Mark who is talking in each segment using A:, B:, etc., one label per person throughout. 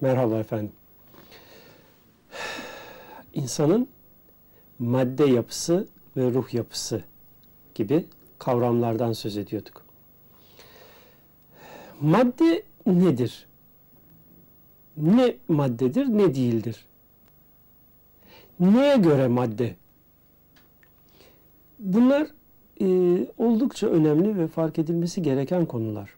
A: Merhaba efendim. İnsanın madde yapısı ve ruh yapısı gibi kavramlardan söz ediyorduk. Madde nedir? Ne maddedir, ne değildir? Neye göre madde? Bunlar oldukça önemli ve fark edilmesi gereken konular.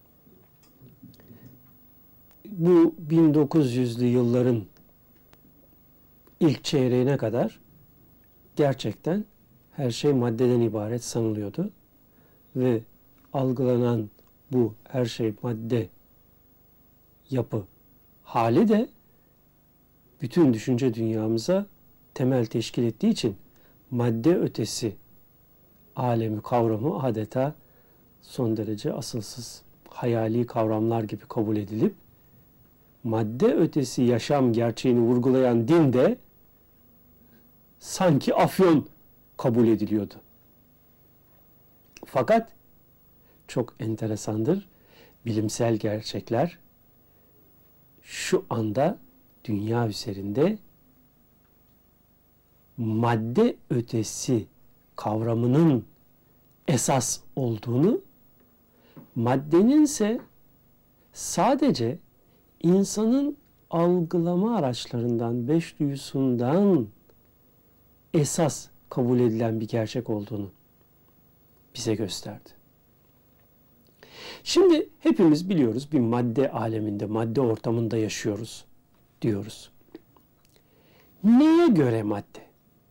A: Bu 1900'lü yılların ilk çeyreğine kadar gerçekten her şey maddeden ibaret sanılıyordu ve algılanan bu her şey madde yapı hali de bütün düşünce dünyamıza temel teşkil ettiği için madde ötesi alemi kavramı adeta son derece asılsız hayali kavramlar gibi kabul edilip madde ötesi yaşam gerçeğini vurgulayan din de sanki afyon kabul ediliyordu. Fakat çok enteresandır. Bilimsel gerçekler şu anda dünya üzerinde madde ötesi kavramının esas olduğunu, maddeninse sadece insanın algılama araçlarından, beş duyusundan esas kabul edilen bir gerçek olduğunu bize gösterdi. Şimdi hepimiz biliyoruz bir madde aleminde, madde ortamında yaşıyoruz diyoruz. Neye göre madde?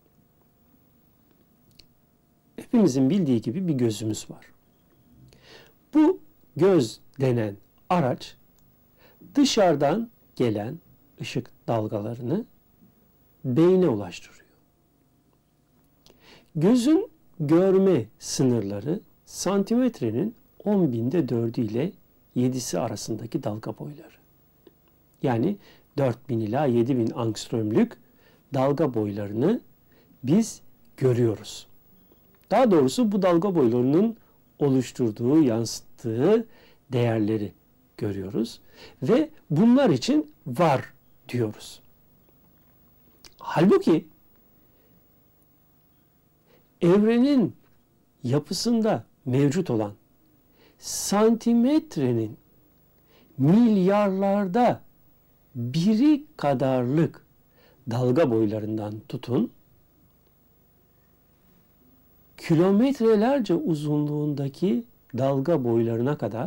A: Hepimizin bildiği gibi bir gözümüz var. Bu göz denen araç dışarıdan gelen ışık dalgalarını beyne ulaştırıyor. Gözün görme sınırları santimetrenin 10.000'de 4'ü ile 7'si arasındaki dalga boyları. Yani 4.000 ila 7.000 angströmlük dalga boylarını biz görüyoruz. Daha doğrusu bu dalga boylarının oluşturduğu, yansıttığı değerleri görüyoruz ve bunlar için var diyoruz. Halbuki evrenin yapısında mevcut olan santimetrenin milyarlarda biri kadarlık dalga boylarından tutun, kilometrelerce uzunluğundaki dalga boylarına kadar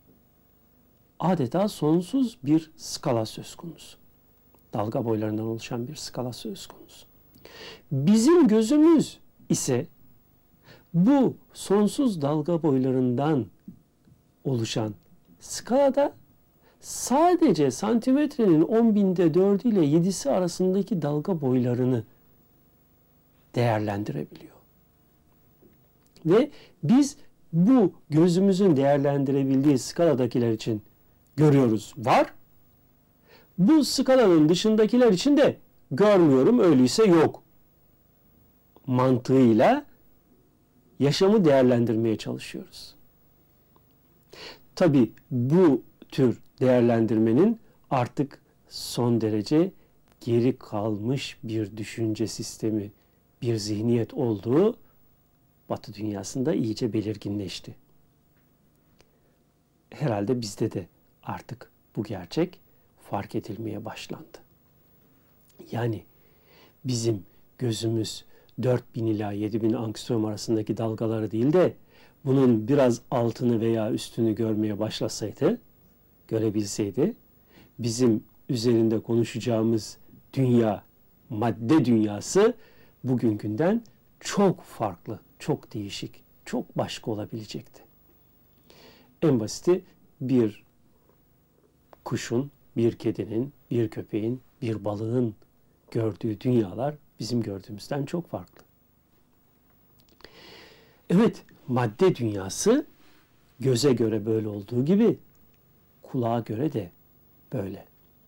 A: adeta sonsuz bir skala söz konusu. Dalga boylarından oluşan bir skala söz konusu. Bizim gözümüz ise bu sonsuz dalga boylarından oluşan skalada sadece santimetrenin 10.000'de 4'ü ile 7'si arasındaki dalga boylarını değerlendirebiliyor. Ve biz bu gözümüzün değerlendirebildiği skaladakiler için görüyoruz var. Bu skalanın dışındakiler için de görmüyorum, öyleyse yok mantığıyla yaşamı değerlendirmeye çalışıyoruz. Tabii bu tür değerlendirmenin artık son derece geri kalmış bir düşünce sistemi, bir zihniyet olduğu Batı dünyasında iyice belirginleşti. Herhalde bizde de artık bu gerçek fark edilmeye başlandı. Yani bizim gözümüz 4.000 ila 7.000 angström arasındaki dalgaları değil de bunun biraz altını veya üstünü görmeye başlasaydı, görebilseydi, bizim üzerinde konuşacağımız dünya, madde dünyası bugünkünden çok farklı, çok değişik, çok başka olabilecekti. En basiti bir kuşun, bir kedinin, bir köpeğin, bir balığın gördüğü dünyalar bizim gördüğümüzden çok farklı. Evet, madde dünyası göze göre böyle olduğu gibi kulağa göre de böyle.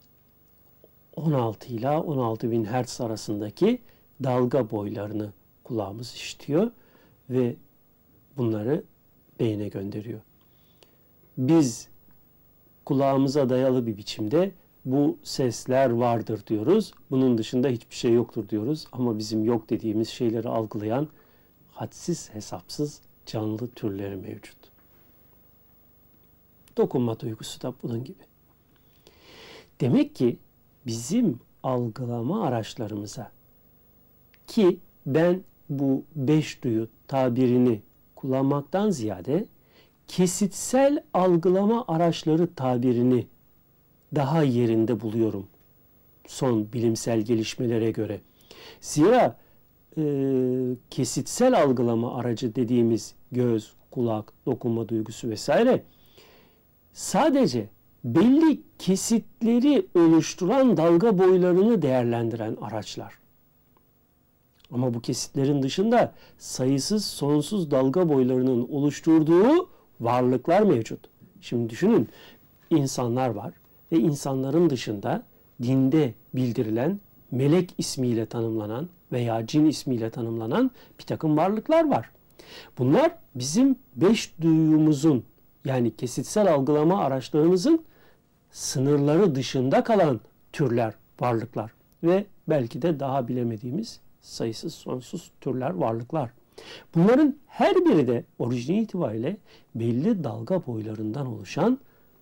A: 16 ila 16.000 Hz arasındaki dalga boylarını kulağımız işitiyor ve bunları beyne gönderiyor. Biz kulağımıza dayalı bir biçimde bu sesler vardır diyoruz. Bunun dışında hiçbir şey yoktur diyoruz. Ama bizim yok dediğimiz şeyleri algılayan hadsiz hesapsız canlı türleri mevcut. Dokunma duygusu da bunun gibi. Demek ki bizim algılama araçlarımıza, ki ben bu 5 duyu tabirini kullanmaktan ziyade kesitsel algılama araçları tabirini daha yerinde buluyorum son bilimsel gelişmelere göre. Zira kesitsel algılama aracı dediğimiz göz, kulak, dokunma duygusu vesaire sadece belli kesitleri oluşturan dalga boylarını değerlendiren araçlar. Ama bu kesitlerin dışında sayısız sonsuz dalga boylarının oluşturduğu varlıklar mevcut. Şimdi düşünün, insanlar var ve insanların dışında dinde bildirilen melek ismiyle tanımlanan veya cin ismiyle tanımlanan bir takım varlıklar var. Bunlar bizim 5 duyumuzun, yani kesitsel algılama araçlarımızın sınırları dışında kalan türler, varlıklar ve belki de daha bilemediğimiz sayısız sonsuz türler, varlıklar. Bunların her biri de orijini itibariyle belli dalga boylarından oluşan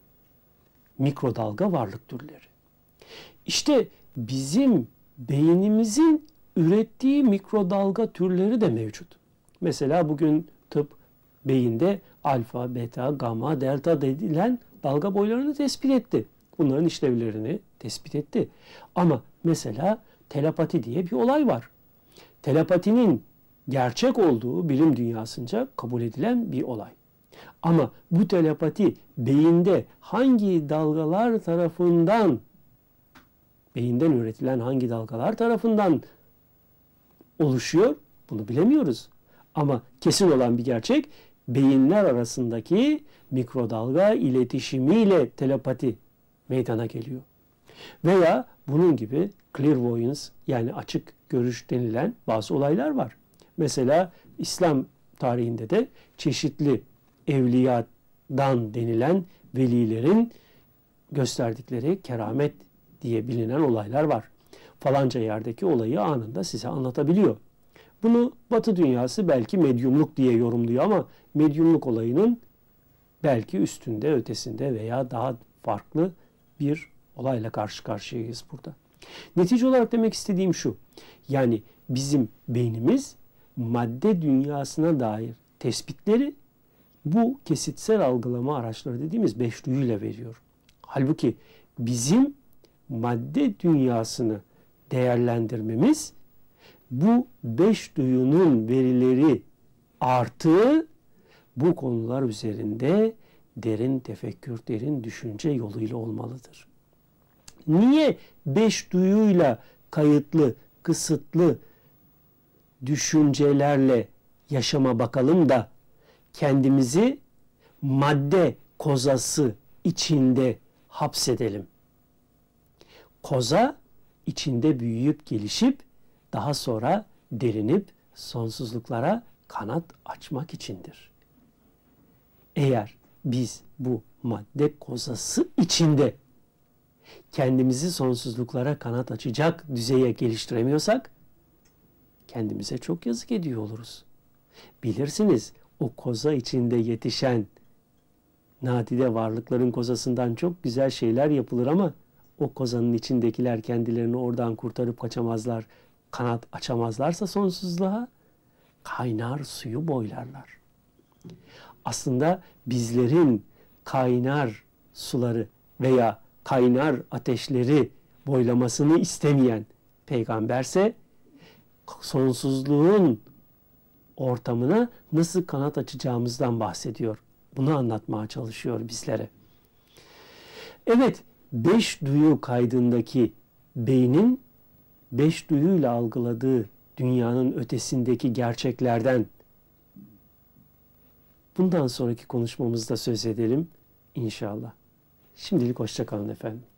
A: mikrodalga varlık türleri. İşte bizim beynimizin ürettiği mikrodalga türleri de mevcut. Mesela bugün tıp beyinde alfa, beta, gamma, delta dedilen dalga boylarını tespit etti. Bunların işlevlerini tespit etti. Ama mesela telepati diye bir olay var. Telepatinin gerçek olduğu bilim dünyasınca kabul edilen bir olay. Ama bu telepati beyinde hangi dalgalar tarafından, beyinden üretilen hangi dalgalar tarafından oluşuyor, bunu bilemiyoruz. Ama kesin olan bir gerçek, beyinler arasındaki mikrodalga iletişimiyle telepati meydana geliyor. Veya bunun gibi clairvoyance, yani açık görüş denilen bazı olaylar var. Mesela İslam tarihinde de çeşitli evliyadan denilen velilerin gösterdikleri keramet diye bilinen olaylar var. Falanca yerdeki olayı anında size anlatabiliyor. Bunu Batı dünyası belki medyumluk diye yorumluyor ama medyumluk olayının belki üstünde, ötesinde veya daha farklı bir olayla karşı karşıyayız burada. Netice olarak demek istediğim şu: yani bizim beynimiz madde dünyasına dair tespitleri bu kesitsel algılama araçları dediğimiz 5 duyuyla veriyor. Halbuki bizim madde dünyasını değerlendirmemiz bu 5 duyunun verileri artı bu konular üzerinde derin tefekkür, derin düşünce yoluyla olmalıdır. Niye 5 duyuyla kayıtlı, kısıtlı düşüncelerle yaşama bakalım da kendimizi madde kozası içinde hapsedelim? Koza içinde büyüyüp gelişip daha sonra derinip sonsuzluklara kanat açmak içindir. Eğer biz bu madde kozası içinde kendimizi sonsuzluklara kanat açacak düzeye geliştiremiyorsak kendimize çok yazık ediyor oluruz. Bilirsiniz, o koza içinde yetişen nadide varlıkların kozasından çok güzel şeyler yapılır ama o kozanın içindekiler kendilerini oradan kurtarıp kaçamazlar, kanat açamazlarsa sonsuzluğa kaynar suyu boylarlar. Aslında bizlerin kaynar suları veya kaynar ateşleri boylamasını istemeyen peygamberse sonsuzluğun ortamına nasıl kanat açacağımızdan bahsediyor. Bunu anlatmaya çalışıyor bizlere. Evet, 5 duyu kaydındaki beynin 5 duyuyla algıladığı dünyanın ötesindeki gerçeklerden bundan sonraki konuşmamızda söz edelim inşallah. Şimdilik hoşça kalın efendim.